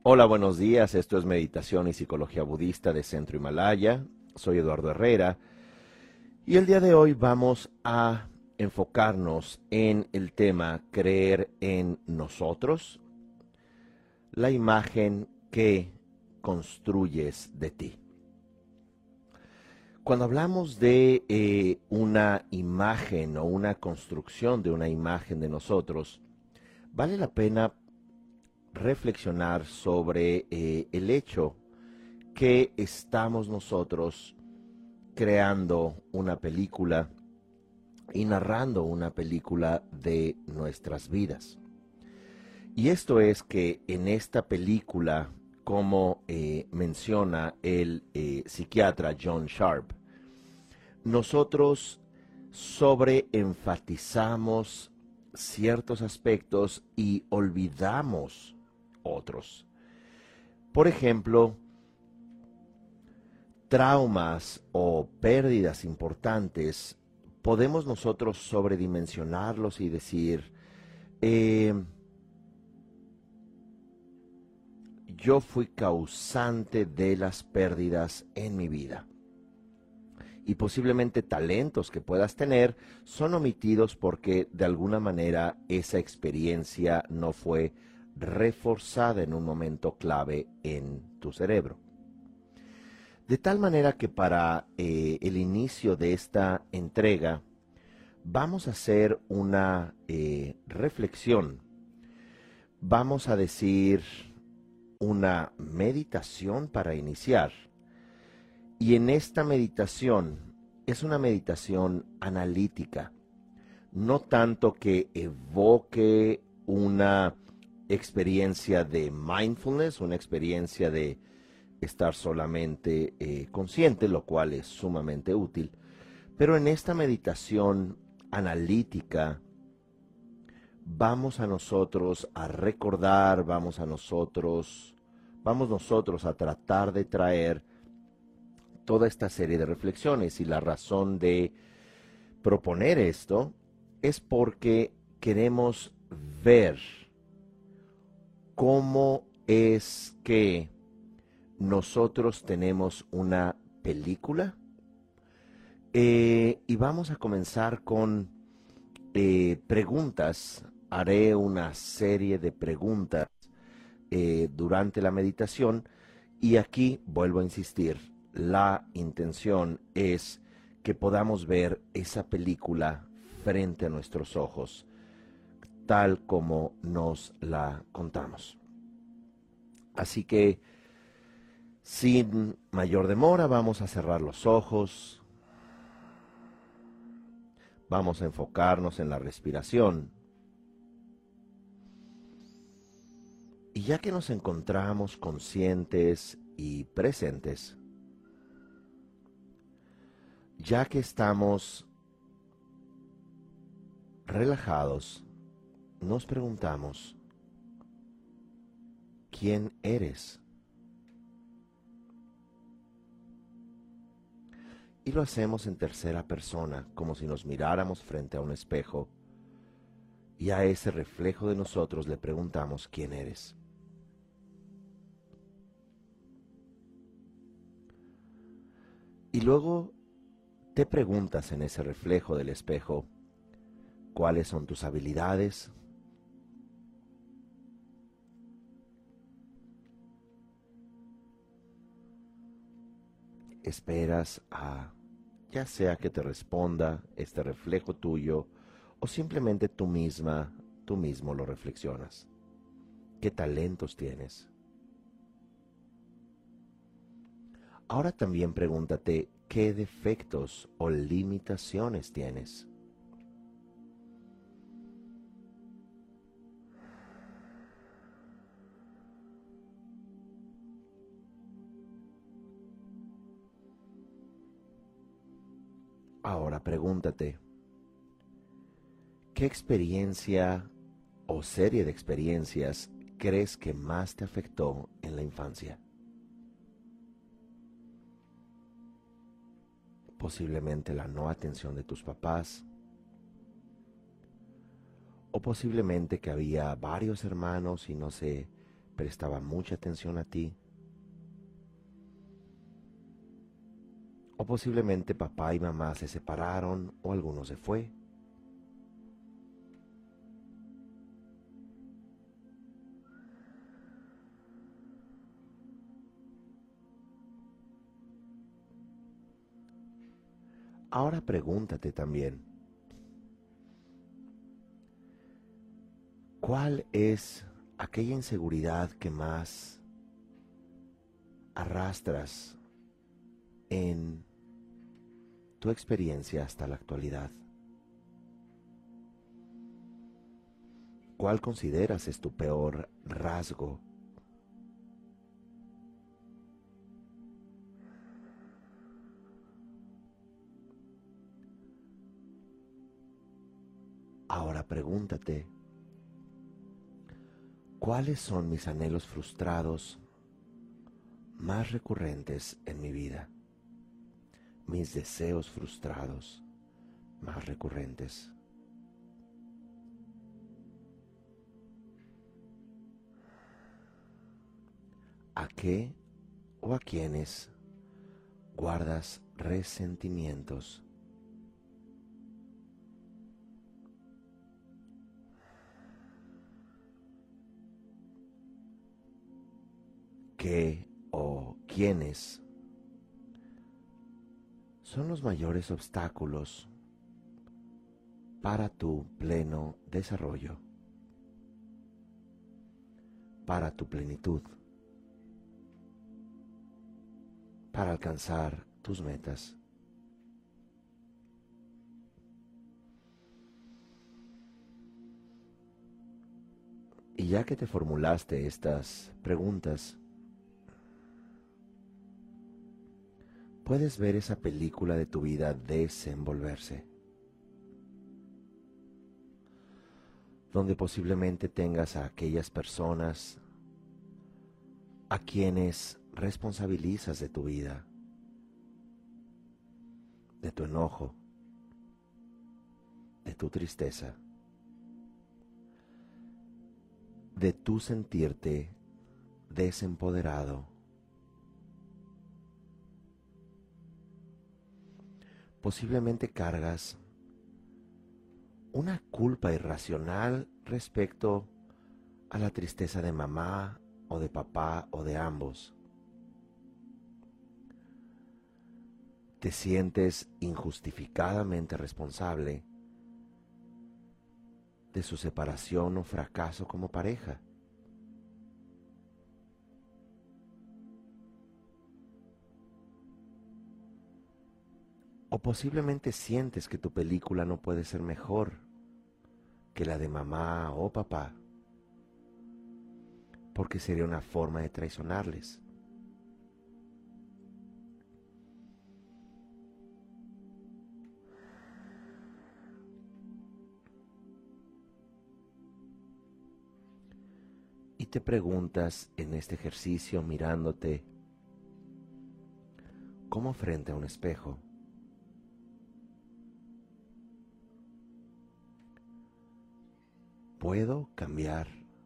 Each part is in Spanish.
Hola, buenos días. Esto es Meditación y Psicología Budista de Centro Himalaya. Soy Eduardo Herrera y el día de hoy vamos a enfocarnos en el tema creer en nosotros, la imagen que construyes de ti. Cuando hablamos de una imagen o una construcción de una imagen de nosotros, vale la pena reflexionar sobre el hecho que estamos nosotros creando una película y narrando una película de nuestras vidas. Y esto es que en esta película, como menciona el psiquiatra John Sharp, nosotros sobreenfatizamos ciertos aspectos y olvidamos otros. Por ejemplo, traumas o pérdidas importantes, podemos nosotros sobredimensionarlos y decir, yo fui causante de las pérdidas en mi vida. Y posiblemente talentos que puedas tener son omitidos porque de alguna manera esa experiencia no fue reforzada en un momento clave en tu cerebro. De tal manera que para el inicio de esta entrega vamos a hacer una reflexión, vamos a decir una meditación para iniciar. Y en esta meditación es una meditación analítica, no tanto que evoque una experiencia de mindfulness, una experiencia de estar solamente consciente, lo cual es sumamente útil. Pero en esta meditación analítica vamos nosotros a recordar, vamos nosotros a tratar de traer toda esta serie de reflexiones. Y la razón de proponer esto es porque queremos ver cómo es que nosotros tenemos una película y vamos a comenzar con preguntas. Haré una serie de preguntas durante la meditación y aquí vuelvo a insistir, la intención es que podamos ver esa película frente a nuestros ojos, tal como nos la contamos. Así que sin mayor demora vamos a cerrar los ojos, vamos a enfocarnos en la respiración. Y ya que nos encontramos conscientes y presentes, ya que estamos relajados, nos preguntamos, ¿quién eres? Y lo hacemos en tercera persona, como si nos miráramos frente a un espejo, y a ese reflejo de nosotros le preguntamos, ¿quién eres? Y luego te preguntas en ese reflejo del espejo, ¿cuáles son tus habilidades? Esperas a, ya sea que te responda este reflejo tuyo, o simplemente tú mismo lo reflexionas. ¿Qué talentos tienes? Ahora también pregúntate, ¿qué defectos o limitaciones tienes? Ahora pregúntate, ¿qué experiencia o serie de experiencias crees que más te afectó en la infancia? Posiblemente la no atención de tus papás, o posiblemente que había varios hermanos y no se prestaba mucha atención a ti. O posiblemente papá y mamá se separaron o alguno se fue. Ahora pregúntate también, ¿cuál es aquella inseguridad que más arrastras en tu experiencia hasta la actualidad? ¿Cuál consideras es tu peor rasgo? Ahora pregúntate, ¿cuáles son mis anhelos frustrados más recurrentes en mi vida? Mis deseos frustrados más recurrentes. ¿A qué o a quiénes guardas resentimientos? ¿Qué o quiénes son los mayores obstáculos para tu pleno desarrollo, para tu plenitud, para alcanzar tus metas? Y ya que te formulaste estas preguntas, puedes ver esa película de tu vida desenvolverse, donde posiblemente tengas a aquellas personas a quienes responsabilizas de tu vida, de tu enojo, de tu tristeza, de tu sentirte desempoderado. Posiblemente cargas una culpa irracional respecto a la tristeza de mamá o de papá o de ambos. Te sientes injustificadamente responsable de su separación o fracaso como pareja. O posiblemente sientes que tu película no puede ser mejor que la de mamá o papá, porque sería una forma de traicionarles. Y te preguntas en este ejercicio mirándote como frente a un espejo: ¿puedo cambiar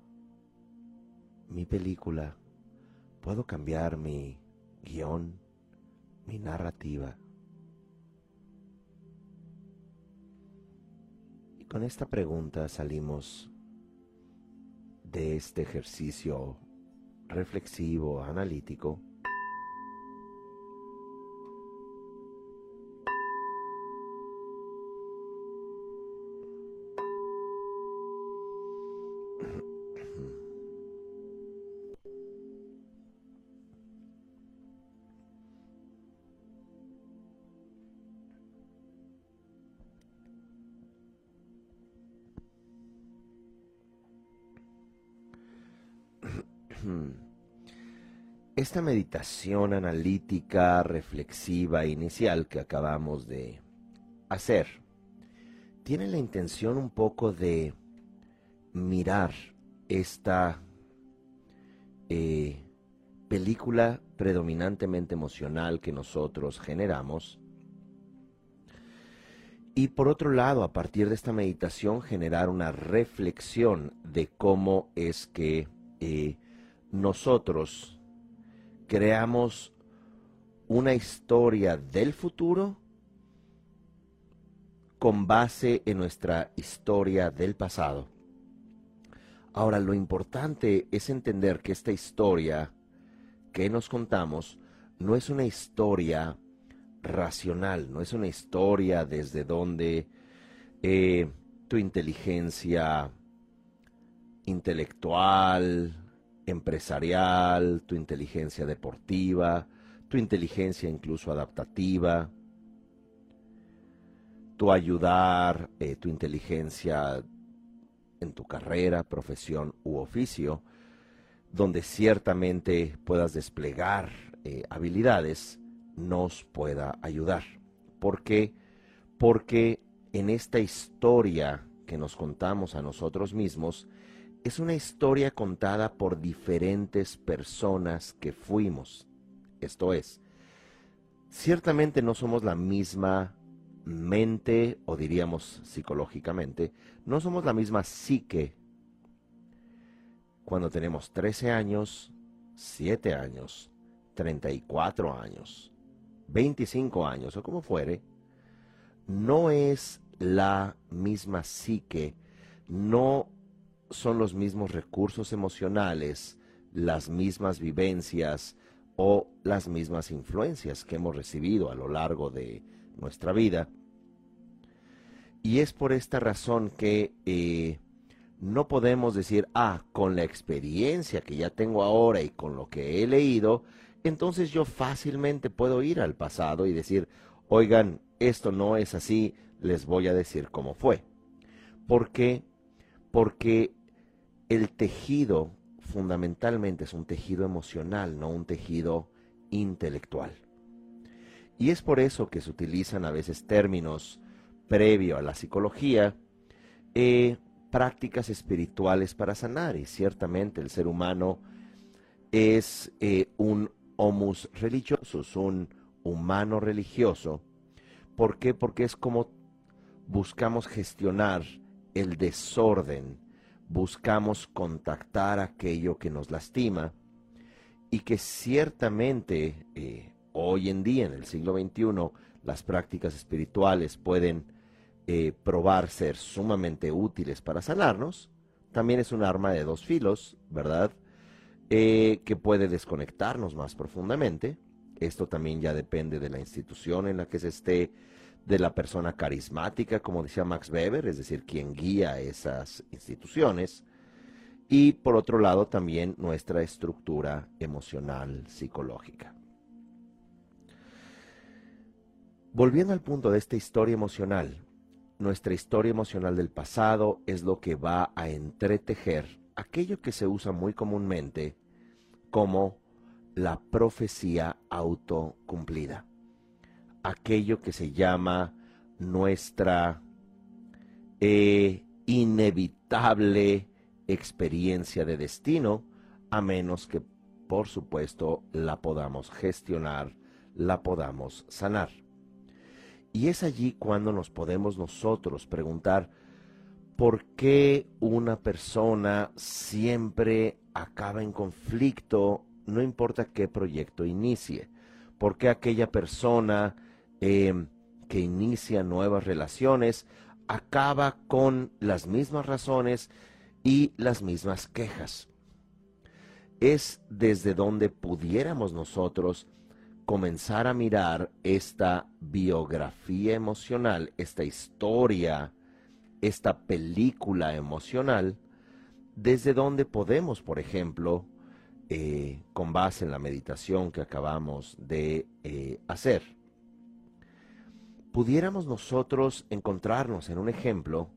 mi película? ¿Puedo cambiar mi guión, mi narrativa? Y con esta pregunta salimos de este ejercicio reflexivo, analítico, esta meditación analítica, reflexiva inicial que acabamos de hacer tiene la intención un poco de mirar esta película predominantemente emocional que nosotros generamos, y por otro lado, a partir de esta meditación, generar una reflexión de cómo es que nosotros creamos una historia del futuro con base en nuestra historia del pasado. Ahora, lo importante es entender que esta historia que nos contamos no es una historia racional, no es una historia desde donde tu inteligencia intelectual, empresarial, tu inteligencia deportiva, tu inteligencia incluso adaptativa, tu ayudar, tu inteligencia en tu carrera, profesión u oficio, donde ciertamente puedas desplegar habilidades, nos pueda ayudar. ¿Por qué? Porque en esta historia que nos contamos a nosotros mismos, es una historia contada por diferentes personas que fuimos. Esto es, ciertamente no somos la misma mente, o diríamos psicológicamente, no somos la misma psique cuando tenemos 13 años, 7 años, 34 años, 25 años o como fuere. No es la misma psique, no son los mismos recursos emocionales, las mismas vivencias o las mismas influencias que hemos recibido a lo largo de nuestra vida. Y es por esta razón que no podemos decir, con la experiencia que ya tengo ahora y con lo que he leído, entonces yo fácilmente puedo ir al pasado y decir, oigan, esto no es así, les voy a decir cómo fue. ¿Por qué? Porque el tejido fundamentalmente es un tejido emocional, no un tejido intelectual. Y es por eso que se utilizan a veces términos previo a la psicología, prácticas espirituales para sanar. Y ciertamente el ser humano es un homus religiosus, un humano religioso. ¿Por qué? Porque es como buscamos gestionar el desorden, buscamos contactar aquello que nos lastima y que ciertamente hoy en día, en el siglo XXI, las prácticas espirituales pueden probar ser sumamente útiles para sanarnos. También es un arma de dos filos, ¿verdad? Que puede desconectarnos más profundamente. Esto también ya depende de la institución en la que se esté, de la persona carismática, como decía Max Weber, es decir, quien guía esas instituciones. Y por otro lado también nuestra estructura emocional psicológica. Volviendo al punto de esta historia emocional, nuestra historia emocional del pasado es lo que va a entretejer aquello que se usa muy comúnmente como la profecía autocumplida. Aquello que se llama nuestra inevitable experiencia de destino, a menos que, por supuesto, la podamos gestionar, la podamos sanar. Y es allí cuando nos podemos nosotros preguntar, ¿por qué una persona siempre acaba en conflicto, no importa qué proyecto inicie? ¿Por qué aquella persona que inicia nuevas relaciones acaba con las mismas razones y las mismas quejas? Es desde donde pudiéramos nosotros comenzar a mirar esta biografía emocional, esta historia, esta película emocional, desde donde podemos, por ejemplo, con base en la meditación que acabamos de hacer, pudiéramos nosotros encontrarnos en un ejemplo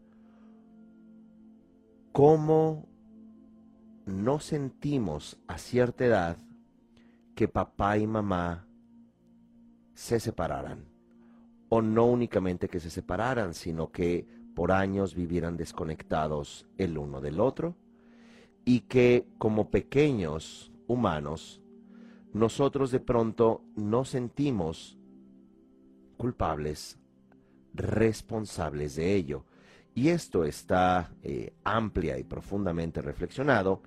cómo nos sentimos a cierta edad que papá y mamá se separaran, o no únicamente que se separaran, sino que por años vivieran desconectados el uno del otro, y que como pequeños humanos, nosotros de pronto nos sentimos culpables, responsables de ello. Y esto está amplia y profundamente reflexionado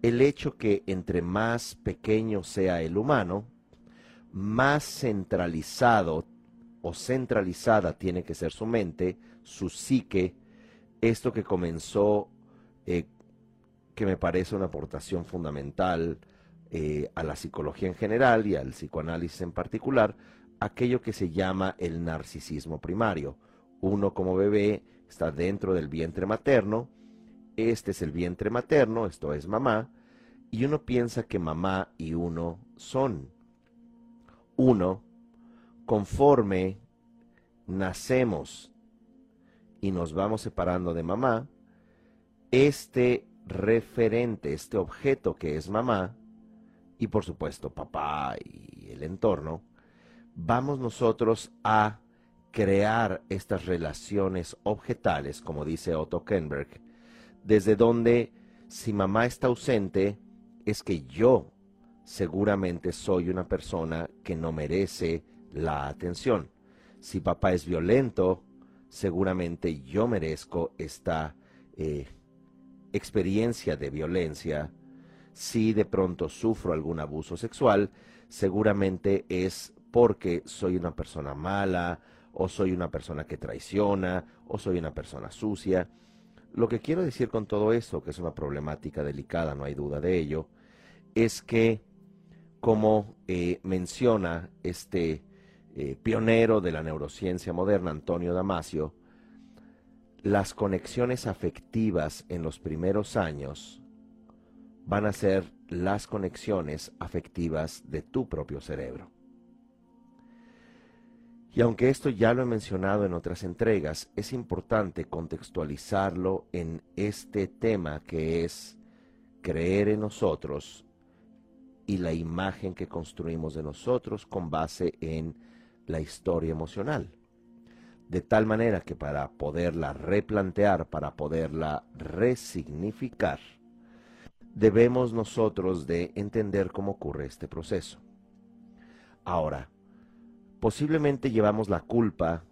el hecho que entre más pequeño sea el humano, más centralizado o centralizada tiene que ser su mente, su psique, esto que comenzó, que me parece una aportación fundamental a la psicología en general y al psicoanálisis en particular, aquello que se llama el narcisismo primario. Uno como bebé está dentro del vientre materno, este es el vientre materno, esto es mamá, y uno piensa que mamá y uno son uno. Conforme nacemos y nos vamos separando de mamá, este referente, este objeto que es mamá, y por supuesto papá y el entorno, vamos nosotros a crear estas relaciones objetales, como dice Otto Kernberg, desde donde si mamá está ausente, es que yo seguramente soy una persona que no merece la atención. Si papá es violento, seguramente yo merezco esta experiencia de violencia. Si de pronto sufro algún abuso sexual, seguramente es porque soy una persona mala, o soy una persona que traiciona, o soy una persona sucia. Lo que quiero decir con todo esto, que es una problemática delicada, no hay duda de ello, es que, como menciona este pionero de la neurociencia moderna, Antonio Damasio, las conexiones afectivas en los primeros años van a ser las conexiones afectivas de tu propio cerebro. Y aunque esto ya lo he mencionado en otras entregas, es importante contextualizarlo en este tema que es creer en nosotros y la imagen que construimos de nosotros con base en la historia emocional. De tal manera que para poderla replantear, para poderla resignificar, debemos nosotros de entender cómo ocurre este proceso. Ahora, posiblemente llevamos la culpa.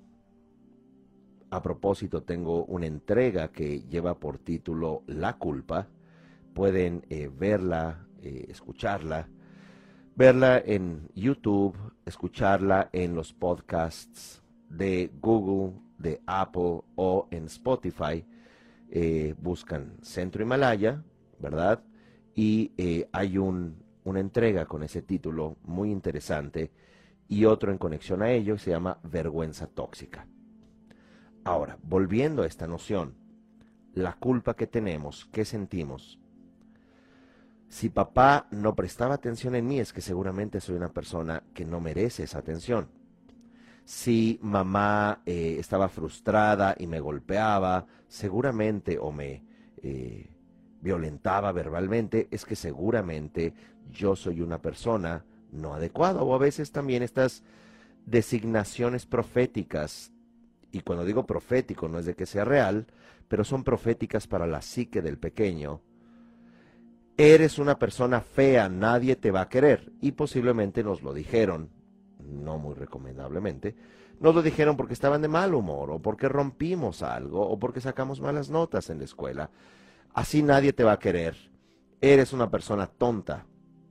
A propósito, tengo una entrega que lleva por título La culpa. Pueden verla, escucharla, verla en YouTube, escucharla en los podcasts de Google, de Apple o en Spotify. Buscan Centro Himalaya, ¿verdad? Y hay una entrega con ese título muy interesante y otro en conexión a ello, se llama Vergüenza Tóxica. Ahora, volviendo a esta noción, la culpa que tenemos, ¿qué sentimos? Si papá no prestaba atención en mí, es que seguramente soy una persona que no merece esa atención. Si mamá estaba frustrada y me golpeaba, seguramente, o me violentaba verbalmente, es que seguramente yo soy una persona no adecuada. O a veces también estas designaciones proféticas, y cuando digo profético no es de que sea real, pero son proféticas para la psique del pequeño. Eres una persona fea, nadie te va a querer. Y posiblemente nos lo dijeron, no muy recomendablemente, nos lo dijeron porque estaban de mal humor, o porque rompimos algo, o porque sacamos malas notas en la escuela. Así nadie te va a querer. Eres una persona tonta.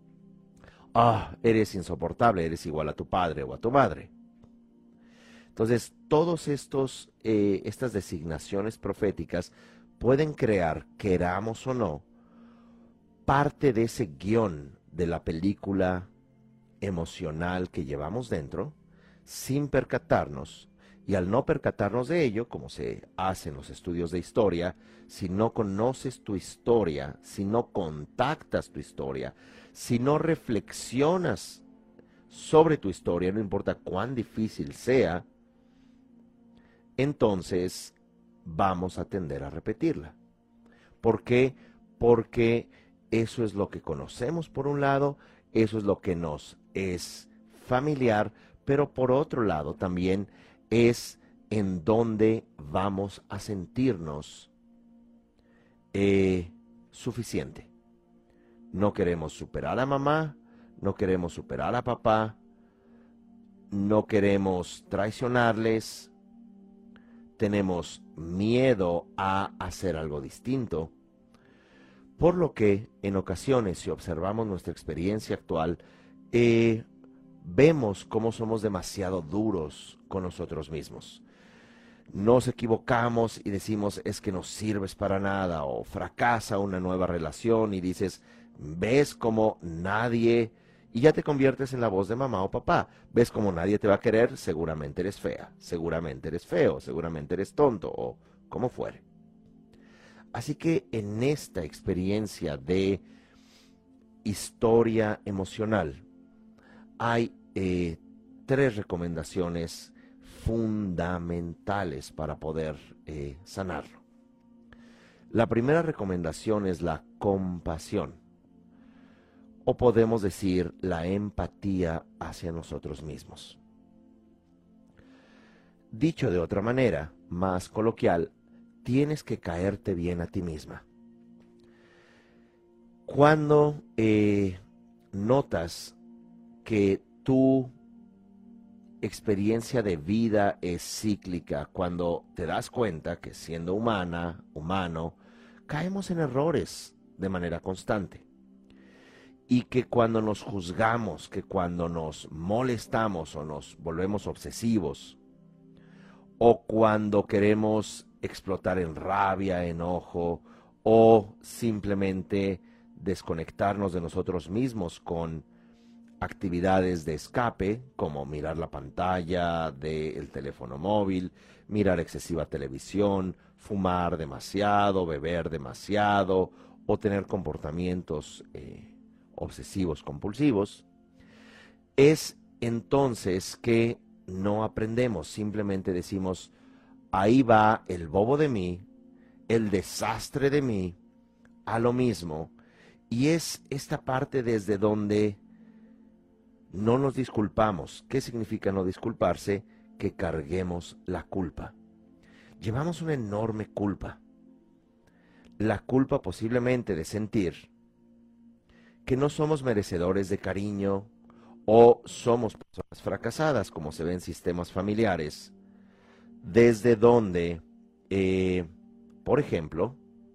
Eres insoportable, eres igual a tu padre o a tu madre. Entonces, todos estas designaciones proféticas pueden crear, queramos o no, parte de ese guión de la película emocional que llevamos dentro, sin percatarnos, y al no percatarnos de ello, como se hace en los estudios de historia, si no conoces tu historia, si no contactas tu historia, si no reflexionas sobre tu historia, no importa cuán difícil sea, entonces vamos a tender a repetirla. ¿Por qué? Porque eso es lo que conocemos por un lado, eso es lo que nos es familiar, pero por otro lado también es en donde vamos a sentirnos suficiente. No queremos superar a mamá, no queremos superar a papá, no queremos traicionarles, tenemos miedo a hacer algo distinto, Por lo que en ocasiones, si observamos nuestra experiencia actual, vemos cómo somos demasiado duros con nosotros mismos. Nos equivocamos y decimos, es que no sirves para nada, o fracasa una nueva relación y dices, ves como nadie, y ya te conviertes en la voz de mamá o papá, ves como nadie te va a querer, seguramente eres fea, seguramente eres feo, seguramente eres tonto, o como fuere. Así que en esta experiencia de historia emocional hay 3 recomendaciones fundamentales para poder sanarlo. La primera recomendación es la compasión, o podemos decir la empatía hacia nosotros mismos. Dicho de otra manera, más coloquial, tienes que caerte bien a ti misma. Cuando notas que tu experiencia de vida es cíclica, cuando te das cuenta que siendo humana, humano, caemos en errores de manera constante. Y que cuando nos juzgamos, que cuando nos molestamos o nos volvemos obsesivos, o cuando queremos explotar en rabia, enojo, o simplemente desconectarnos de nosotros mismos con actividades de escape, como mirar la pantalla del teléfono móvil, mirar excesiva televisión, fumar demasiado, beber demasiado, o tener comportamientos obsesivos compulsivos, es entonces que no aprendemos, simplemente decimos, ahí va el bobo de mí, el desastre de mí, a lo mismo, y es esta parte desde donde no nos disculpamos. ¿Qué significa no disculparse? Que carguemos la culpa. Llevamos una enorme culpa. La culpa posiblemente de sentir que no somos merecedores de cariño o somos personas fracasadas, como se ve en sistemas familiares, desde donde, por ejemplo,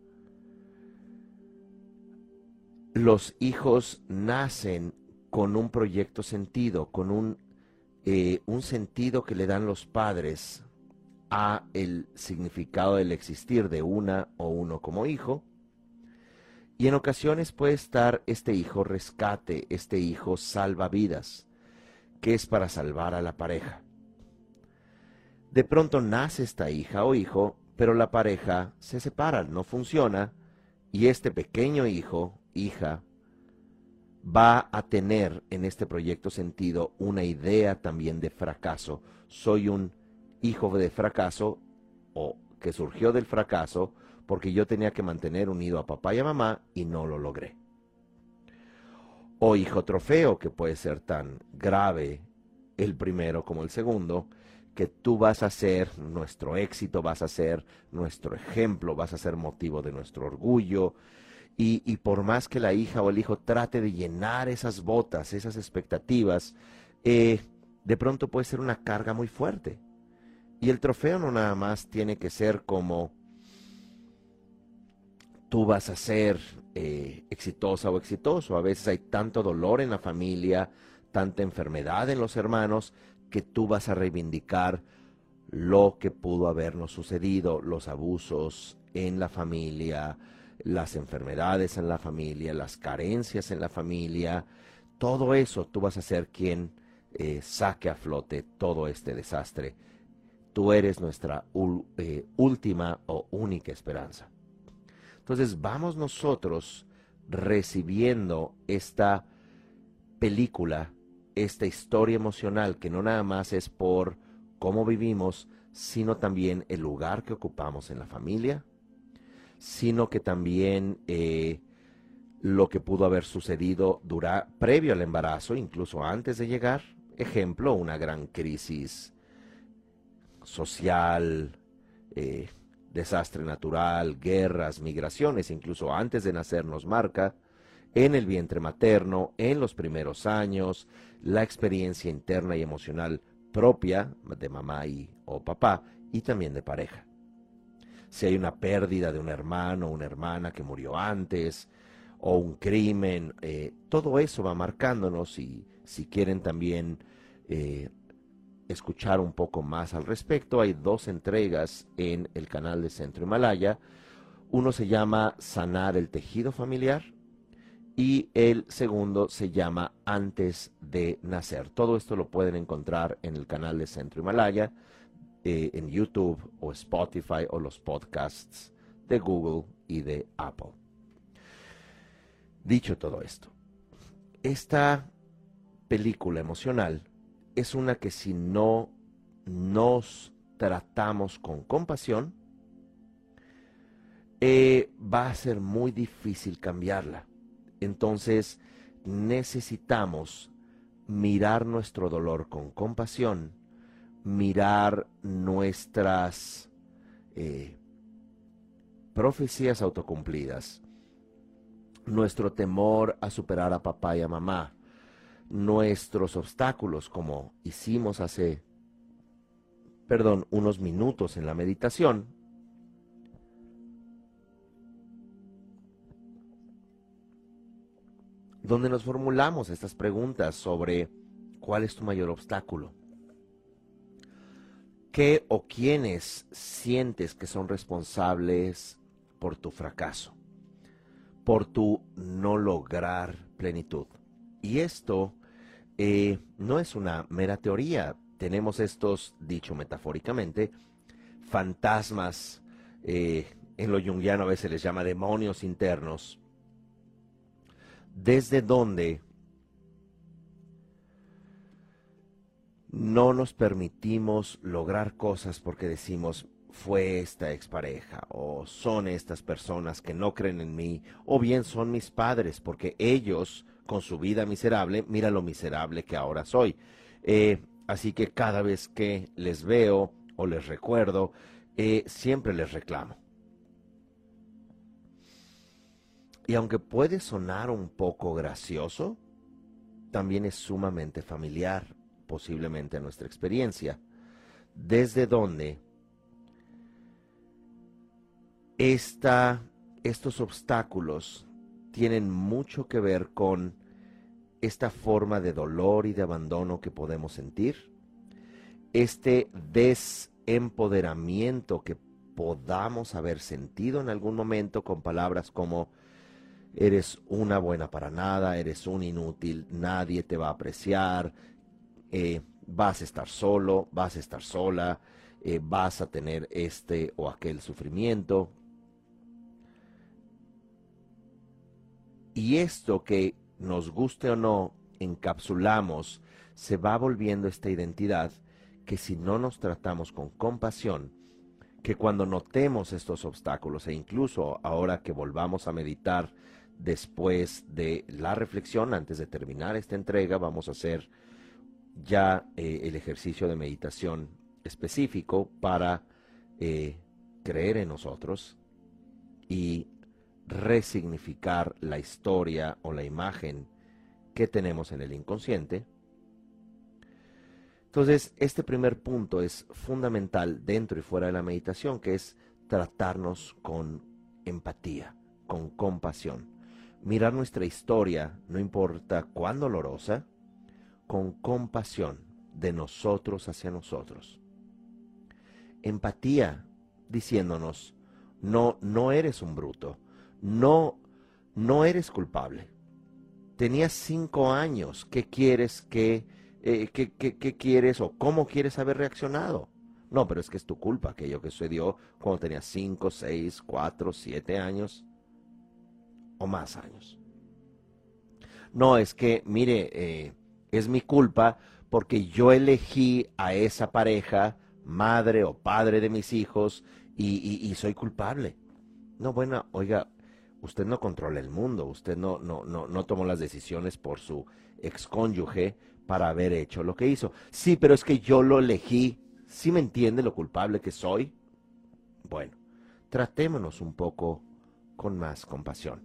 los hijos nacen con un proyecto sentido, con un sentido que le dan los padres a el significado del existir de una o uno como hijo. Y en ocasiones puede estar este hijo rescate, este hijo salvavidas, que es para salvar a la pareja. De pronto nace esta hija o hijo, pero la pareja se separa, no funciona, y este pequeño hijo, hija, va a tener en este proyecto sentido una idea también de fracaso. Soy un hijo de fracaso, o que surgió del fracaso, porque yo tenía que mantener unido a papá y a mamá y no lo logré. O hijo trofeo, que puede ser tan grave el primero como el segundo, que tú vas a ser nuestro éxito, vas a ser nuestro ejemplo, vas a ser motivo de nuestro orgullo. Y por más que la hija o el hijo trate de llenar esas botas, esas expectativas, de pronto puede ser una carga muy fuerte. Y el trofeo no nada más tiene que ser como tú vas a ser exitosa o exitoso. A veces hay tanto dolor en la familia, tanta enfermedad en los hermanos, que tú vas a reivindicar lo que pudo habernos sucedido, los abusos en la familia, las enfermedades en la familia, las carencias en la familia. Todo eso tú vas a ser quien saque a flote todo este desastre. Tú eres nuestra última o única esperanza. Entonces vamos nosotros recibiendo esta película, esta historia emocional, que no nada más es por cómo vivimos, sino también el lugar que ocupamos en la familia, sino que también lo que pudo haber sucedido previo al embarazo, incluso antes de llegar. Ejemplo, una gran crisis social, desastre natural, guerras, migraciones, incluso antes de nacer nos marca, en el vientre materno, en los primeros años, la experiencia interna y emocional propia de mamá o papá, y también de pareja. si hay una pérdida de un hermano o una hermana que murió antes, o un crimen, todo eso va marcándonos y si quieren también escuchar un poco más al respecto, hay 2 entregas en el canal de Centro Himalaya. Uno se llama Sanar el tejido familiar y el segundo se llama Antes de nacer. Todo esto lo pueden encontrar en el canal de Centro Himalaya, en YouTube o Spotify o los podcasts de Google y de Apple. Dicho todo esto, esta película emocional es una que si no nos tratamos con compasión, va a ser muy difícil cambiarla. Entonces necesitamos mirar nuestro dolor con compasión, mirar nuestras profecías autocumplidas, nuestro temor a superar a papá y a mamá, nuestros obstáculos, como hicimos hace, unos minutos en la meditación, donde nos formulamos estas preguntas sobre cuál es tu mayor obstáculo, qué o quiénes sientes que son responsables por tu fracaso, por tu no lograr plenitud. Y esto no es una mera teoría. Tenemos estos, dicho metafóricamente, fantasmas, en lo junguiano a veces les llama demonios internos, desde donde no nos permitimos lograr cosas porque decimos, fue esta expareja, o son estas personas que no creen en mí, o bien son mis padres, porque ellos, con su vida miserable, mira lo miserable que ahora soy. Así que cada vez que les veo o les recuerdo, siempre les reclamo. Y aunque puede sonar un poco gracioso, también es sumamente familiar, posiblemente a nuestra experiencia, desde donde estos obstáculos tienen mucho que ver con esta forma de dolor y de abandono que podemos sentir, este desempoderamiento que podamos haber sentido en algún momento con palabras como eres una buena para nada, eres un inútil, nadie te va a apreciar, vas a estar solo, vas a estar sola, vas a tener este o aquel sufrimiento. Y esto que nos guste o no, encapsulamos, se va volviendo esta identidad que si no nos tratamos con compasión, que cuando notemos estos obstáculos e incluso ahora que volvamos a meditar después de la reflexión, antes de terminar esta entrega, vamos a hacer ya el ejercicio de meditación específico para creer en nosotros y resignificar la historia o la imagen que tenemos en el inconsciente. Entonces, este primer punto es fundamental dentro y fuera de la meditación, que es tratarnos con empatía, con compasión. Mirar nuestra historia, no importa cuán dolorosa, con compasión de nosotros hacia nosotros. Empatía, diciéndonos, no eres un bruto, no eres culpable. Tenías 5 años, ¿qué quieres qué quieres o cómo quieres haber reaccionado? No, pero es que es tu culpa aquello que sucedió cuando tenías 5, 6, 4, 7 años o más años. No, es que, mire, es mi culpa porque yo elegí a esa pareja, madre o padre de mis hijos, y soy culpable. No, bueno, oiga, usted no controla el mundo, usted no tomó las decisiones por su excónyuge para haber hecho lo que hizo. Sí, pero es que yo lo elegí. ¿Sí me entiende lo culpable que soy? Bueno, tratémonos un poco con más compasión.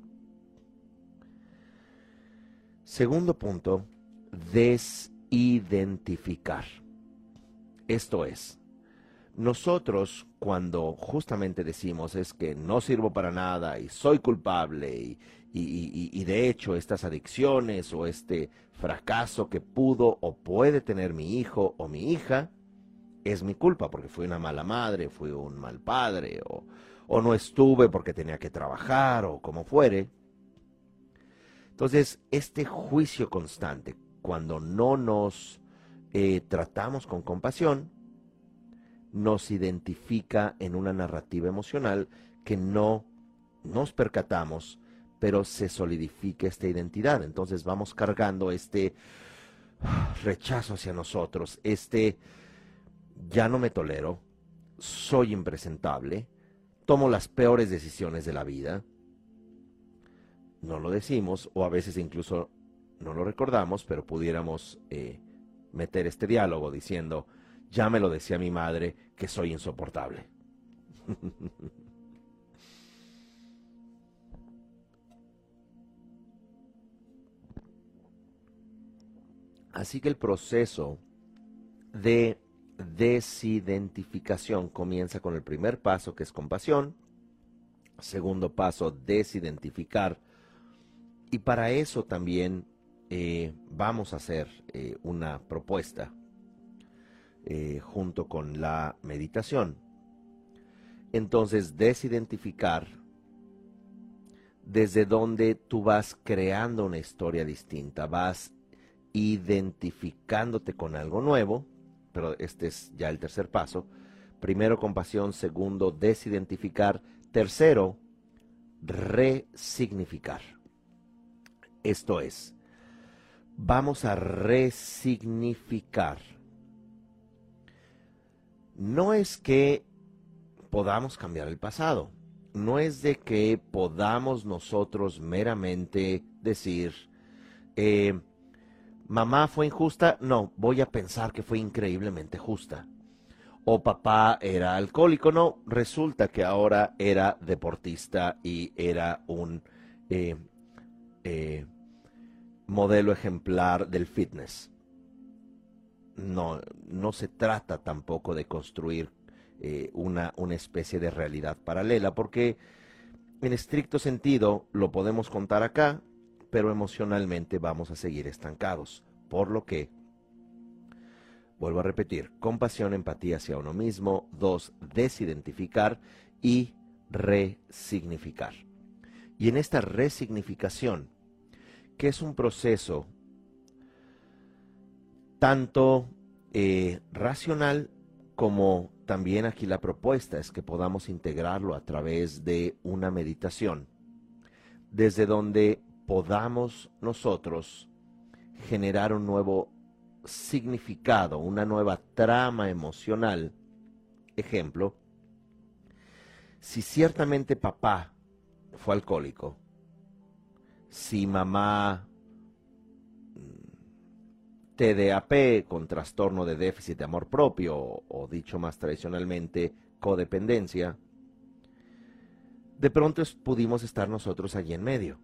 Segundo punto, desidentificar. Esto es, Nosotros, cuando justamente decimos es que no sirvo para nada y soy culpable y de hecho estas adicciones o este fracaso que pudo o puede tener mi hijo o mi hija, es mi culpa porque fui una mala madre, fui un mal padre o no estuve porque tenía que trabajar o como fuere. Entonces, este juicio constante, cuando no nos tratamos con compasión, nos identifica en una narrativa emocional que no nos percatamos, pero se solidifica esta identidad. Entonces vamos cargando este rechazo hacia nosotros, este ya no me tolero, soy impresentable, tomo las peores decisiones de la vida. No lo decimos, o a veces incluso no lo recordamos, pero pudiéramos meter este diálogo diciendo, ya me lo decía mi madre, que soy insoportable. Así que el proceso de desidentificación comienza con el primer paso, que es compasión. Segundo paso, desidentificar. Y para eso también vamos a hacer una propuesta junto con la meditación. Entonces, desidentificar desde donde tú vas creando una historia distinta, vas identificándote con algo nuevo, pero este es ya el tercer paso. Primero, compasión. Segundo, desidentificar. Tercero, resignificar. Esto es, vamos a resignificar. No es que podamos cambiar el pasado, no es de que podamos nosotros meramente decir, mamá fue injusta, no, voy a pensar que fue increíblemente justa. O papá era alcohólico, no, resulta que ahora era deportista y era un modelo ejemplar del fitness. No, no se trata tampoco de construir una especie de realidad paralela, porque en estricto sentido lo podemos contar acá, pero emocionalmente vamos a seguir estancados. Por lo que, vuelvo a repetir, compasión, empatía hacia uno mismo. 2, desidentificar y resignificar. Y en esta resignificación, que es un proceso tanto racional como también aquí la propuesta es que podamos integrarlo a través de una meditación, desde donde podamos nosotros generar un nuevo significado, una nueva trama emocional. Ejemplo, si ciertamente papá fue alcohólico, si mamá TDAP con trastorno de déficit de amor propio o dicho más tradicionalmente codependencia, de pronto pudimos estar nosotros allí en medio.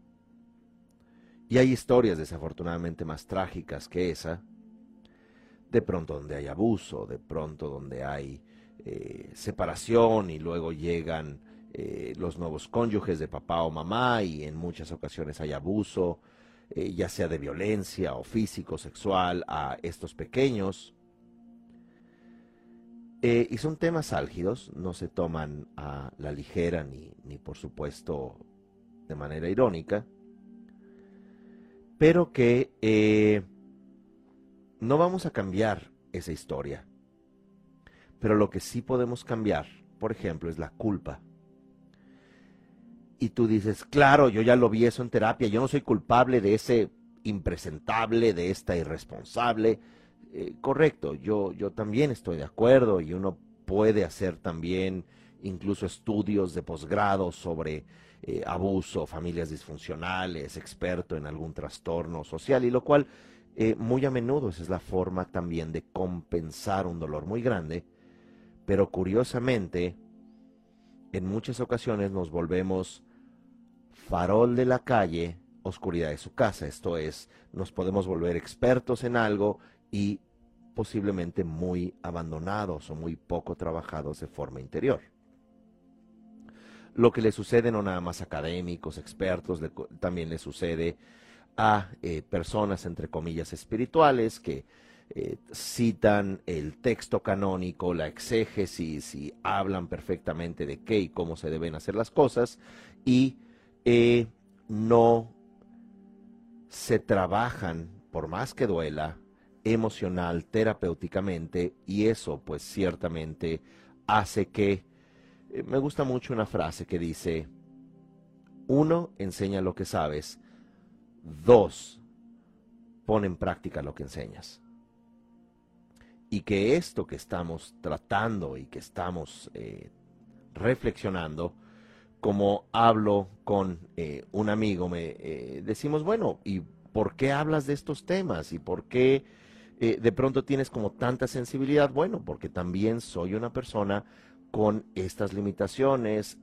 Y hay historias desafortunadamente más trágicas que esa, de pronto donde hay abuso, de pronto donde hay separación y luego llegan los nuevos cónyuges de papá o mamá y en muchas ocasiones hay abuso, ya sea de violencia o físico, sexual, a estos pequeños. Y son temas álgidos, no se toman a la ligera ni por supuesto de manera irónica, pero que no vamos a cambiar esa historia. Pero lo que sí podemos cambiar, por ejemplo, es la culpa. Y tú dices, claro, yo ya lo vi eso en terapia, yo no soy culpable de ese impresentable, de esta irresponsable. Correcto, yo también estoy de acuerdo y uno puede hacer también incluso estudios de posgrado sobre abuso, familias disfuncionales, experto en algún trastorno social, y lo cual muy a menudo esa es la forma también de compensar un dolor muy grande, pero curiosamente en muchas ocasiones nos volvemos farol de la calle, oscuridad de su casa. Esto es, nos podemos volver expertos en algo y posiblemente muy abandonados o muy poco trabajados de forma interior. Lo que le sucede no nada más a académicos, expertos, también le sucede a personas, entre comillas, espirituales que citan el texto canónico, la exégesis y hablan perfectamente de qué y cómo se deben hacer las cosas y no se trabajan, por más que duela, emocional, terapéuticamente, y eso pues ciertamente hace que, me gusta mucho una frase que dice, 1, enseña lo que sabes, 2, pon en práctica lo que enseñas. Y que esto que estamos tratando y que estamos reflexionando, como hablo con un amigo, decimos, bueno, ¿y por qué hablas de estos temas? ¿Y por qué de pronto tienes como tanta sensibilidad? Bueno, porque también soy una persona con estas limitaciones,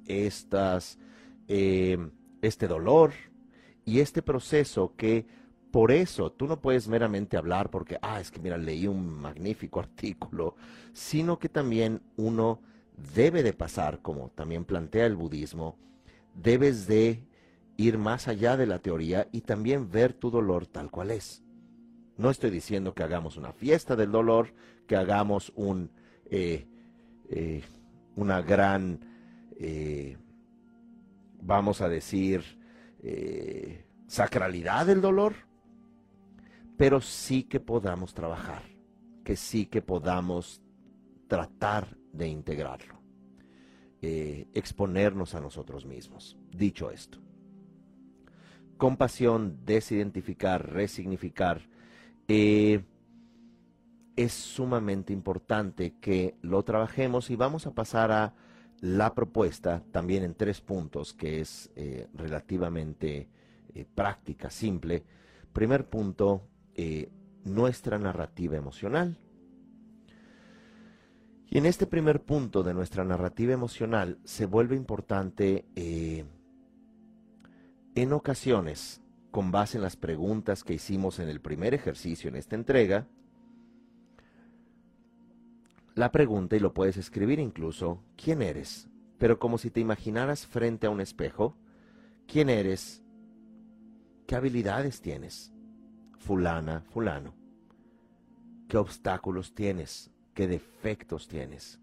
este dolor y este proceso que por eso tú no puedes meramente hablar porque, es que mira, leí un magnífico artículo, sino que también uno debe de pasar, como también plantea el budismo, debes de ir más allá de la teoría y también ver tu dolor tal cual es. No estoy diciendo que hagamos una fiesta del dolor, que hagamos una gran, vamos a decir, sacralidad del dolor, pero sí que podamos trabajar, que sí que podamos tratar de integrarlo, exponernos a nosotros mismos. Dicho esto, compasión, desidentificar, resignificar, es sumamente importante que lo trabajemos y vamos a pasar a la propuesta también en 3 puntos que es relativamente práctica, simple. Primer punto, nuestra narrativa emocional. Y en este primer punto de nuestra narrativa emocional se vuelve importante en ocasiones, con base en las preguntas que hicimos en el primer ejercicio en esta entrega, la pregunta, y lo puedes escribir incluso, ¿quién eres? Pero como si te imaginaras frente a un espejo, ¿quién eres? ¿Qué habilidades tienes? Fulana, fulano. ¿Qué obstáculos tienes? ¿Qué defectos tienes?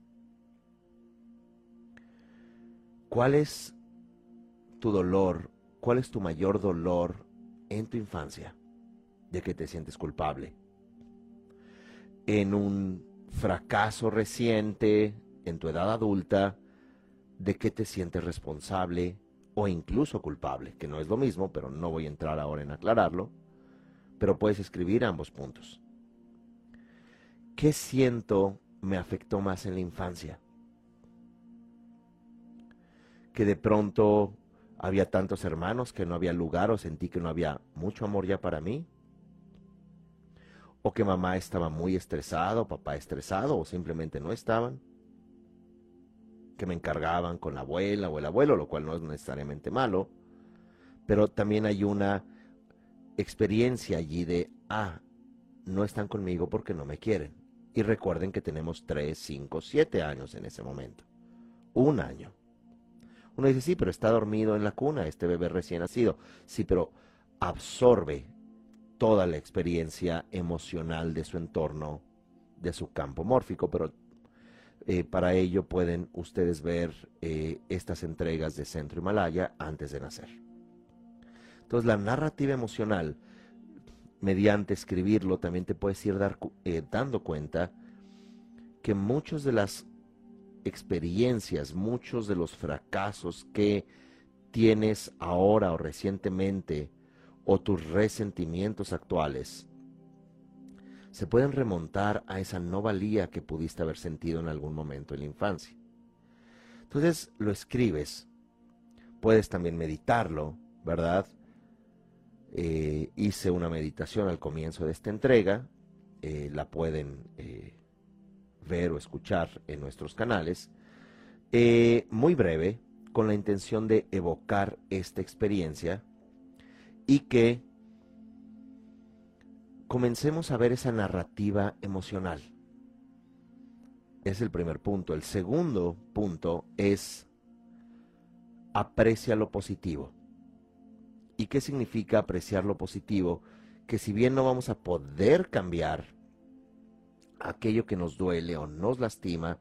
¿Cuál es tu dolor? ¿Cuál es tu mayor dolor en tu infancia? ¿De qué te sientes culpable? En un fracaso reciente, en tu edad adulta, ¿de qué te sientes responsable o incluso culpable? Que no es lo mismo, pero no voy a entrar ahora en aclararlo. Pero puedes escribir ambos puntos. ¿Qué siento me afectó más en la infancia? Que de pronto había tantos hermanos que no había lugar o sentí que no había mucho amor ya para mí. O que mamá estaba muy estresada o papá estresado o simplemente no estaban. Que me encargaban con la abuela o el abuelo, lo cual no es necesariamente malo. Pero también hay una experiencia allí de, no están conmigo porque no me quieren. Y recuerden que tenemos 3, 5, 7 años en ese momento. 1 año. Uno dice, sí, pero está dormido en la cuna, este bebé recién nacido. Sí, pero absorbe toda la experiencia emocional de su entorno, de su campo mórfico, pero para ello pueden ustedes ver estas entregas de Centro Himalaya antes de nacer. Entonces la narrativa emocional, mediante escribirlo, también te puedes ir dando cuenta que muchas de las experiencias, muchos de los fracasos que tienes ahora o recientemente, o tus resentimientos actuales, se pueden remontar a esa no valía que pudiste haber sentido en algún momento en la infancia. Entonces lo escribes, puedes también meditarlo, ¿verdad? Hice una meditación al comienzo de esta entrega, la pueden ver o escuchar en nuestros canales, muy breve, con la intención de evocar esta experiencia y que comencemos a ver esa narrativa emocional. Es el primer punto. El segundo punto es aprecia lo positivo. ¿Y qué significa apreciar lo positivo? Que si bien no vamos a poder cambiar aquello que nos duele o nos lastima,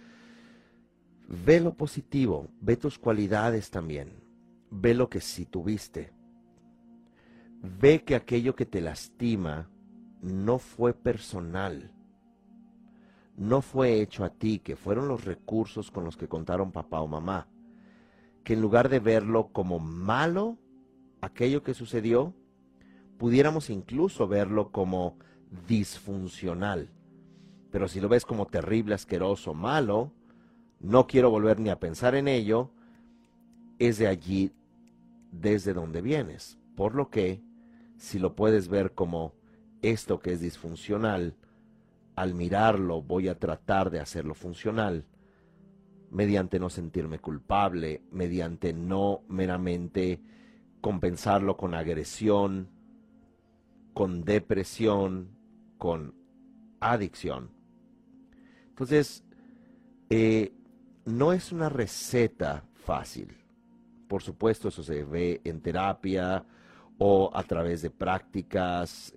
ve lo positivo, ve tus cualidades también, ve lo que sí tuviste, ve que aquello que te lastima no fue personal, no fue hecho a ti, que fueron los recursos con los que contaron papá o mamá, que en lugar de verlo como malo, aquello que sucedió, pudiéramos incluso verlo como disfuncional. Pero si lo ves como terrible, asqueroso, malo, no quiero volver ni a pensar en ello, es de allí desde donde vienes. Por lo que, si lo puedes ver como esto que es disfuncional, al mirarlo voy a tratar de hacerlo funcional, mediante no sentirme culpable, mediante no meramente compensarlo con agresión, con depresión, con adicción. Entonces, no es una receta fácil. Por supuesto, eso se ve en terapia o a través de prácticas,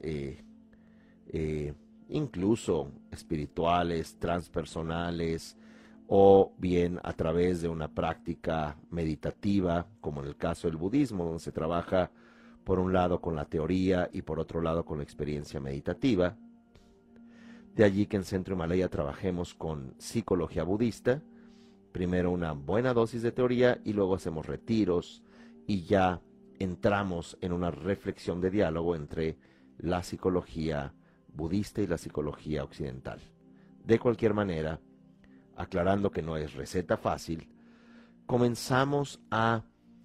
incluso espirituales, transpersonales, o bien a través de una práctica meditativa, como en el caso del budismo, donde se trabaja por un lado con la teoría y por otro lado con la experiencia meditativa. De allí que en Centro Himalaya trabajemos con psicología budista, primero una buena dosis de teoría y luego hacemos retiros y ya entramos en una reflexión de diálogo entre la psicología budista y la psicología occidental. De cualquier manera, aclarando que no es receta fácil, comenzamos a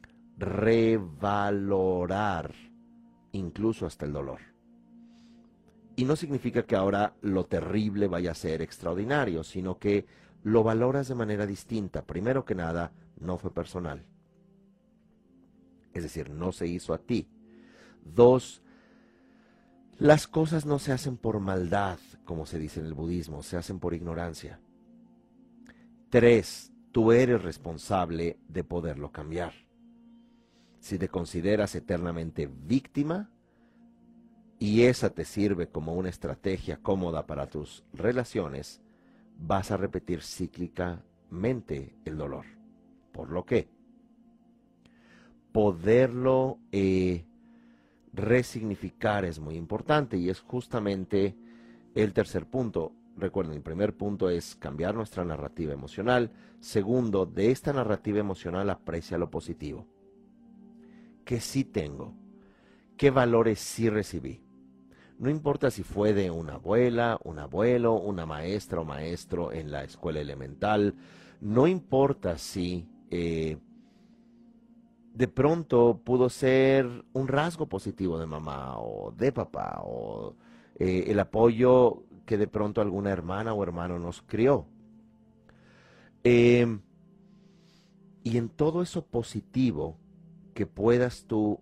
revalorar incluso hasta el dolor. Y no significa que ahora lo terrible vaya a ser extraordinario, sino que lo valoras de manera distinta. Primero que nada, no fue personal. Es decir, no se hizo a ti. 2, las cosas no se hacen por maldad, como se dice en el budismo, se hacen por ignorancia. 3, tú eres responsable de poderlo cambiar. Si te consideras eternamente víctima y esa te sirve como una estrategia cómoda para tus relaciones, vas a repetir cíclicamente el dolor. Por lo que poderlo resignificar es muy importante y es justamente el tercer punto. Recuerden, el primer punto es cambiar nuestra narrativa emocional. Segundo, de esta narrativa emocional aprecia lo positivo. ¿Qué sí tengo? ¿Qué valores sí recibí? No importa si fue de una abuela, un abuelo, una maestra o maestro en la escuela elemental. No importa si de pronto pudo ser un rasgo positivo de mamá o de papá o el apoyo que de pronto alguna hermana o hermano nos crió. Y en todo eso positivo que puedas tú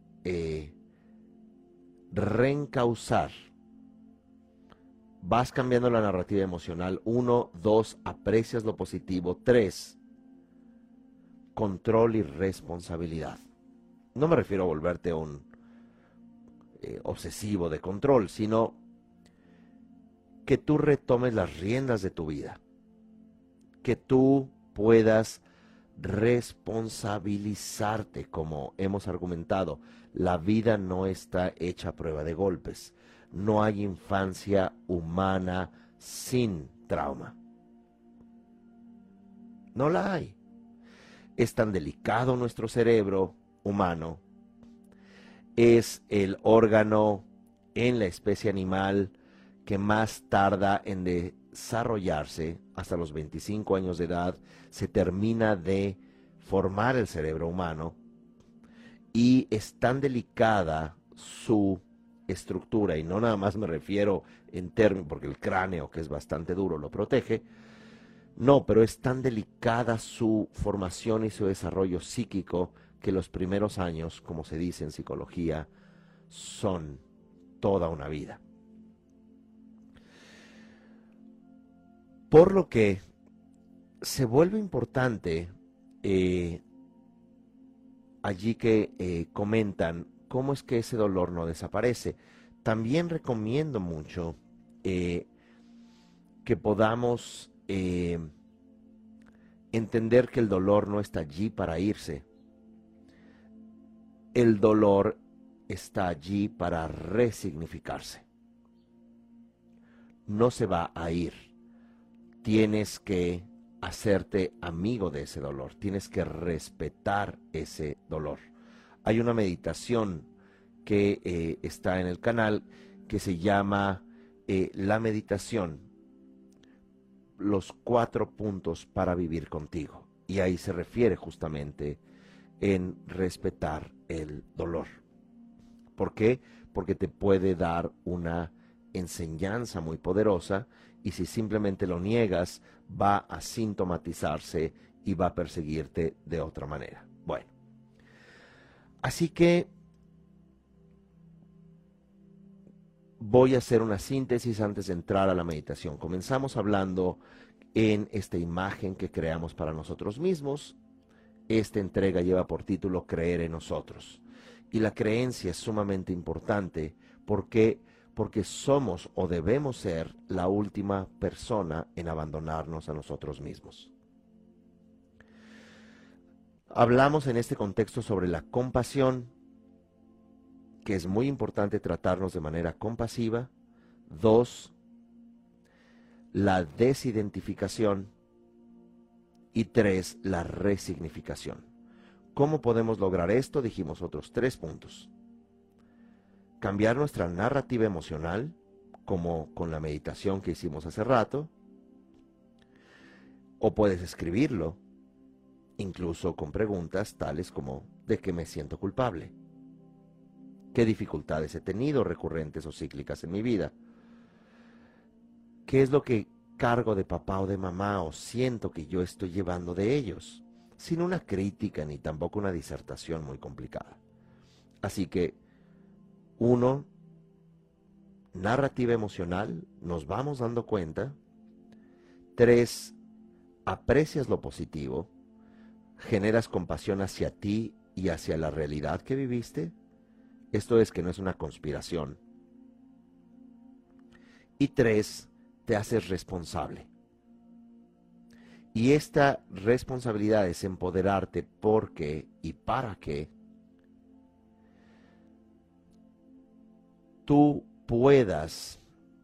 reencauzar, vas cambiando la narrativa emocional. 1, 2, aprecias lo positivo. 3, control y responsabilidad. No me refiero a volverte un obsesivo de control, sino que tú retomes las riendas de tu vida, que tú puedas responsabilizarte, como hemos argumentado. La vida no está hecha a prueba de golpes. No hay infancia humana sin trauma. No la hay. Es tan delicado nuestro cerebro humano. Es el órgano en la especie animal que más tarda en desarrollarse. Hasta los 25 años de edad se termina de formar el cerebro humano y es tan delicada su estructura, y no nada más me refiero en términos, porque el cráneo, que es bastante duro, lo protege. No, pero es tan delicada su formación y su desarrollo psíquico que los primeros años, como se dice en psicología, son toda una vida. Por lo que se vuelve importante allí que comentan cómo es que ese dolor no desaparece. También recomiendo mucho que podamos entender que el dolor no está allí para irse. El dolor está allí para resignificarse. No se va a ir. Tienes que hacerte amigo de ese dolor. Tienes que respetar ese dolor. Hay una meditación que está en el canal que se llama la meditación, los 4 puntos para vivir contigo. Y ahí se refiere justamente en respetar el dolor. ¿Por qué? Porque te puede dar una enseñanza muy poderosa y si simplemente lo niegas va a sintomatizarse y va a perseguirte de otra manera. Bueno, así que voy a hacer una síntesis antes de entrar a la meditación. Comenzamos hablando en esta imagen que creamos para nosotros mismos. Esta entrega lleva por título Creer en nosotros. Y la creencia es sumamente importante porque somos o debemos ser la última persona en abandonarnos a nosotros mismos. Hablamos en este contexto sobre la compasión, que es muy importante tratarnos de manera compasiva. 2, la desidentificación. Y 3, la resignificación. ¿Cómo podemos lograr esto? Dijimos otros 3 puntos. Cambiar nuestra narrativa emocional, como con la meditación que hicimos hace rato. O puedes escribirlo, incluso con preguntas tales como ¿de qué me siento culpable? ¿Qué dificultades he tenido recurrentes o cíclicas en mi vida? ¿Qué es lo que cargo de papá o de mamá o siento que yo estoy llevando de ellos? Sin una crítica ni tampoco una disertación muy complicada. Así que, 1, narrativa emocional, nos vamos dando cuenta. 3, aprecias lo positivo, generas compasión hacia ti y hacia la realidad que viviste. Esto es que no es una conspiración. Y 3, te haces responsable. Y esta responsabilidad es empoderarte porque y para que tú puedas,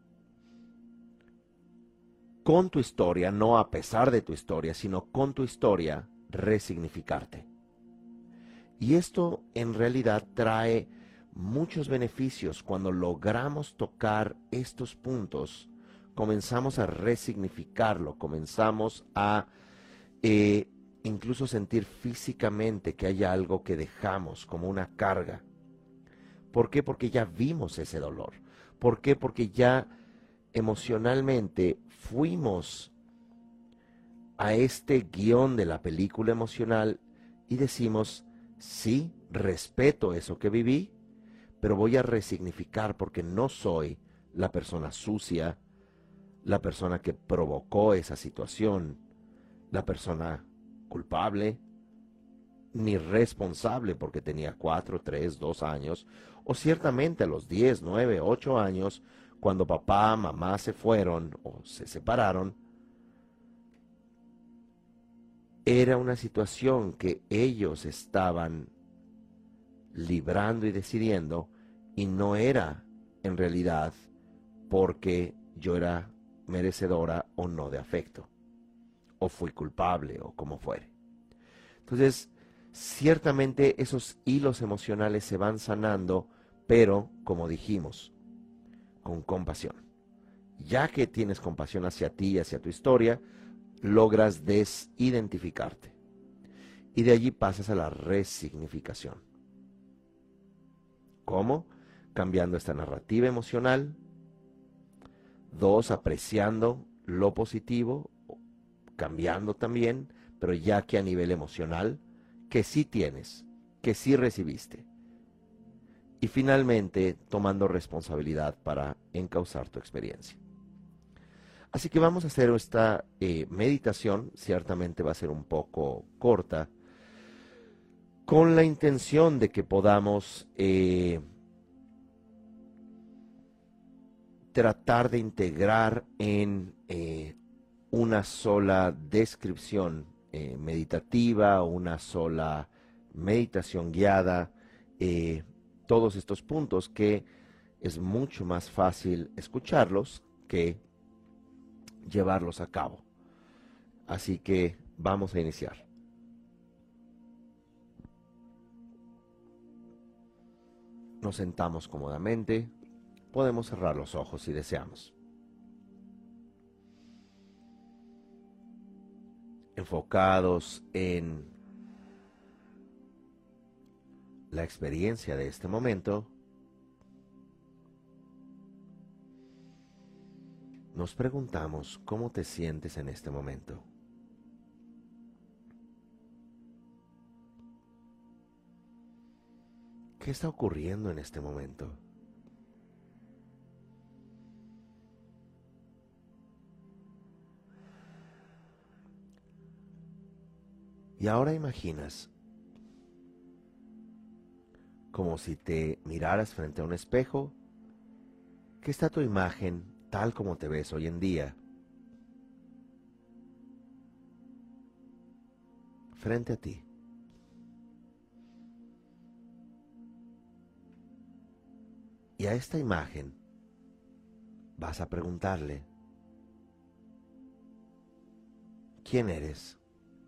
con tu historia, no a pesar de tu historia, sino con tu historia, resignificarte. Y esto en realidad trae muchos beneficios. Cuando logramos tocar estos puntos, comenzamos a resignificarlo, comenzamos a incluso sentir físicamente que hay algo que dejamos como una carga. ¿Por qué? Porque ya vimos ese dolor. ¿Por qué? Porque ya emocionalmente fuimos a este guión de la película emocional y decimos, sí, respeto eso que viví, pero voy a resignificar porque no soy la persona sucia, la persona que provocó esa situación, la persona culpable, ni responsable porque tenía 4, 3, 2 años, o ciertamente a los 10, 9, 8 años, cuando papá, mamá se fueron o se separaron, era una situación que ellos estaban librando y decidiendo y no era en realidad porque yo era merecedora o no de afecto, o fui culpable o como fuere. Entonces, ciertamente esos hilos emocionales se van sanando, pero, como dijimos, con compasión. Ya que tienes compasión hacia ti y hacia tu historia, logras desidentificarte. Y de allí pasas a la resignificación. ¿Cómo? Cambiando esta narrativa emocional. 2, apreciando lo positivo, cambiando también, pero ya que a nivel emocional, que sí tienes, que sí recibiste. Y finalmente, tomando responsabilidad para encauzar tu experiencia. Así que vamos a hacer esta meditación, ciertamente va a ser un poco corta, con la intención de que podamos tratar de integrar en una sola descripción meditativa, una sola meditación guiada, todos estos puntos que es mucho más fácil escucharlos que llevarlos a cabo. Así que vamos a iniciar. Nos sentamos cómodamente, podemos cerrar los ojos si deseamos. Enfocados en la experiencia de este momento, nos preguntamos cómo te sientes en este momento. ¿Qué está ocurriendo en este momento? Y ahora imaginas como si te miraras frente a un espejo, que está tu imagen tal como te ves hoy en día, frente a ti. Y a esta imagen vas a preguntarle, ¿quién eres?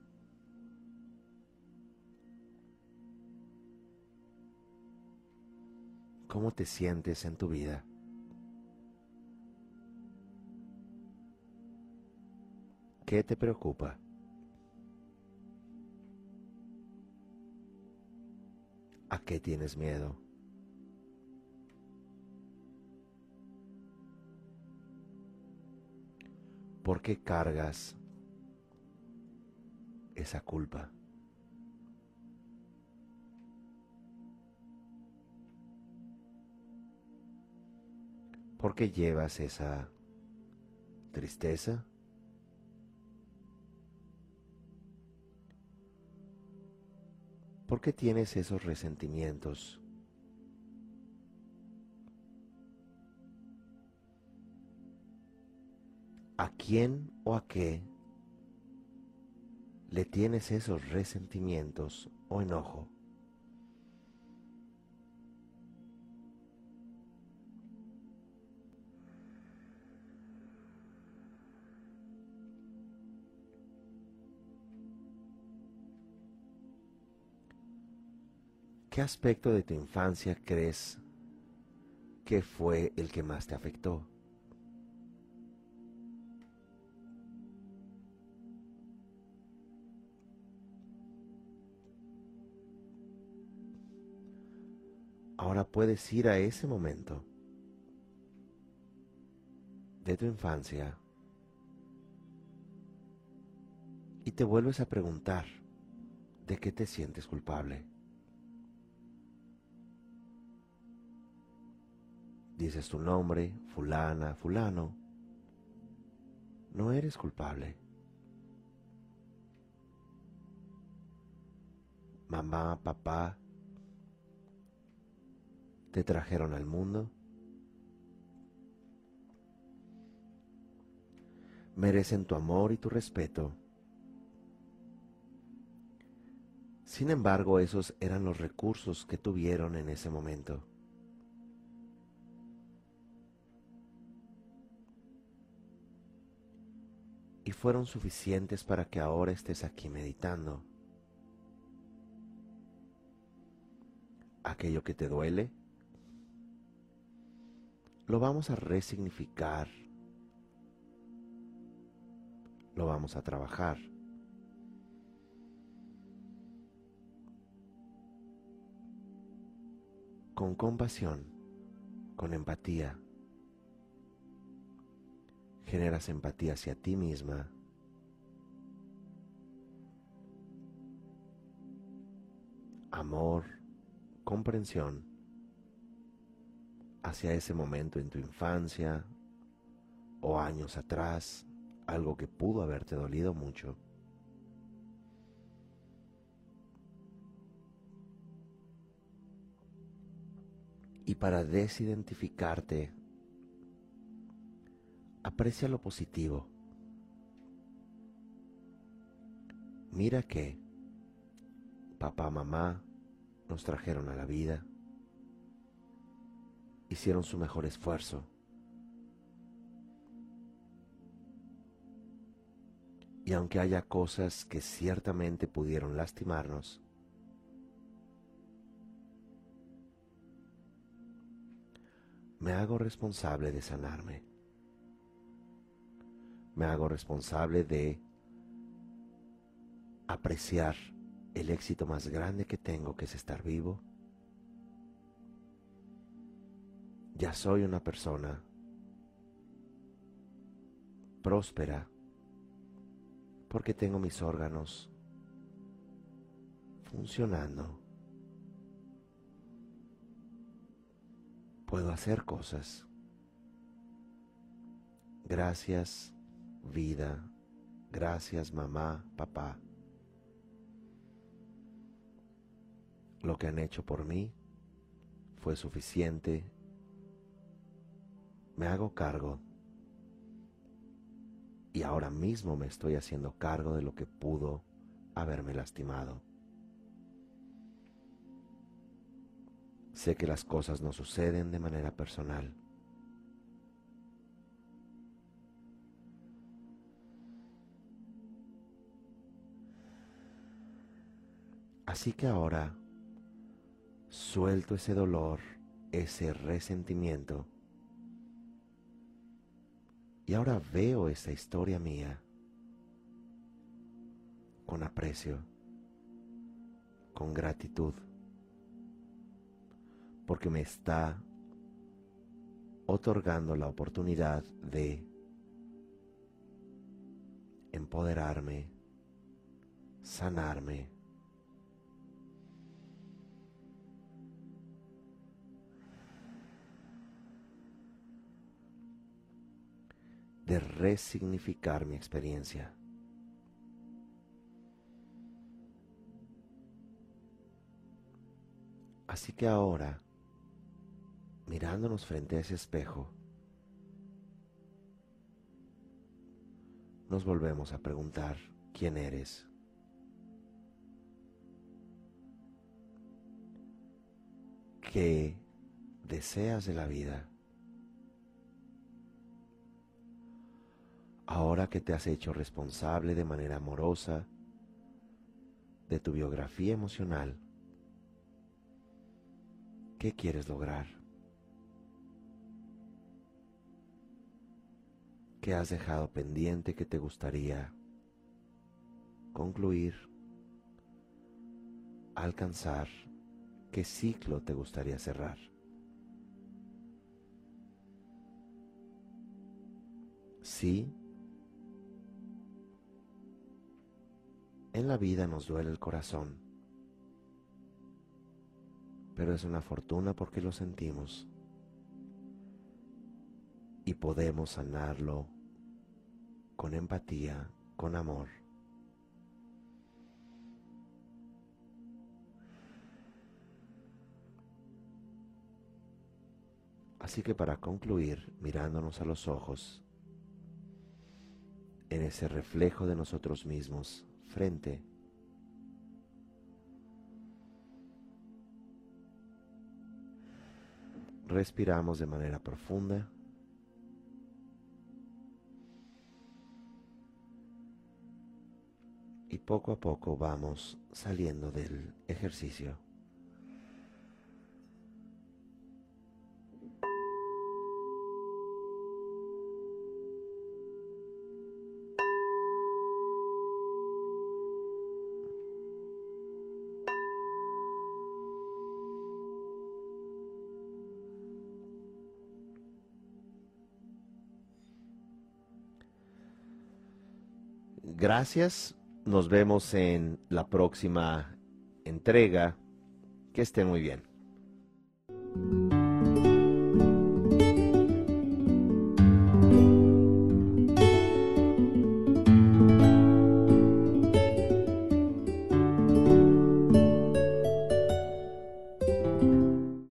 ¿Cómo te sientes en tu vida? ¿Qué te preocupa? ¿A qué tienes miedo? ¿Por qué cargas esa culpa? ¿Por qué llevas esa tristeza? ¿Por qué tienes esos resentimientos? ¿A quién o a qué le tienes esos resentimientos o enojo? ¿Qué aspecto de tu infancia crees que fue el que más te afectó? Ahora puedes ir a ese momento de tu infancia y te vuelves a preguntar de qué te sientes culpable. Dices tu nombre, fulana, fulano. No eres culpable. Mamá, papá, te trajeron al mundo. Merecen tu amor y tu respeto. Sin embargo, esos eran los recursos que tuvieron en ese momento. Y fueron suficientes para que ahora estés aquí meditando. Aquello que te duele, lo vamos a resignificar, lo vamos a trabajar. Con compasión, con empatía. Generas empatía hacia ti misma. Amor, comprensión hacia ese momento en tu infancia o años atrás, algo que pudo haberte dolido mucho. Y para desidentificarte, aprecia lo positivo. Mira que papá, mamá nos trajeron a la vida, hicieron su mejor esfuerzo. Y aunque haya cosas que ciertamente pudieron lastimarnos, me hago responsable de sanarme. Me hago responsable de apreciar el éxito más grande que tengo, que es estar vivo. Ya soy una persona próspera porque tengo mis órganos funcionando. Puedo hacer cosas. Gracias, vida. Gracias, mamá, papá. Lo que han hecho por mí fue suficiente. Me hago cargo. Y ahora mismo me estoy haciendo cargo de lo que pudo haberme lastimado. Sé que las cosas no suceden de manera personal. Así que ahora suelto ese dolor, ese resentimiento. Y ahora veo esa historia mía con aprecio, con gratitud, porque me está otorgando la oportunidad de empoderarme, sanarme, de resignificar mi experiencia. Así que ahora, mirándonos frente a ese espejo, nos volvemos a preguntar quién eres. ¿Qué deseas de la vida? Ahora que te has hecho responsable de manera amorosa de tu biografía emocional, ¿qué quieres lograr? ¿Qué has dejado pendiente que te gustaría concluir, alcanzar? ¿Qué ciclo te gustaría cerrar? Sí, en la vida nos duele el corazón, pero es una fortuna porque lo sentimos y podemos sanarlo con empatía, con amor. Así que para concluir, mirándonos a los ojos, en ese reflejo de nosotros mismos, frente, respiramos de manera profunda y poco a poco vamos saliendo del ejercicio. Gracias, nos vemos en la próxima entrega. Que estén muy bien.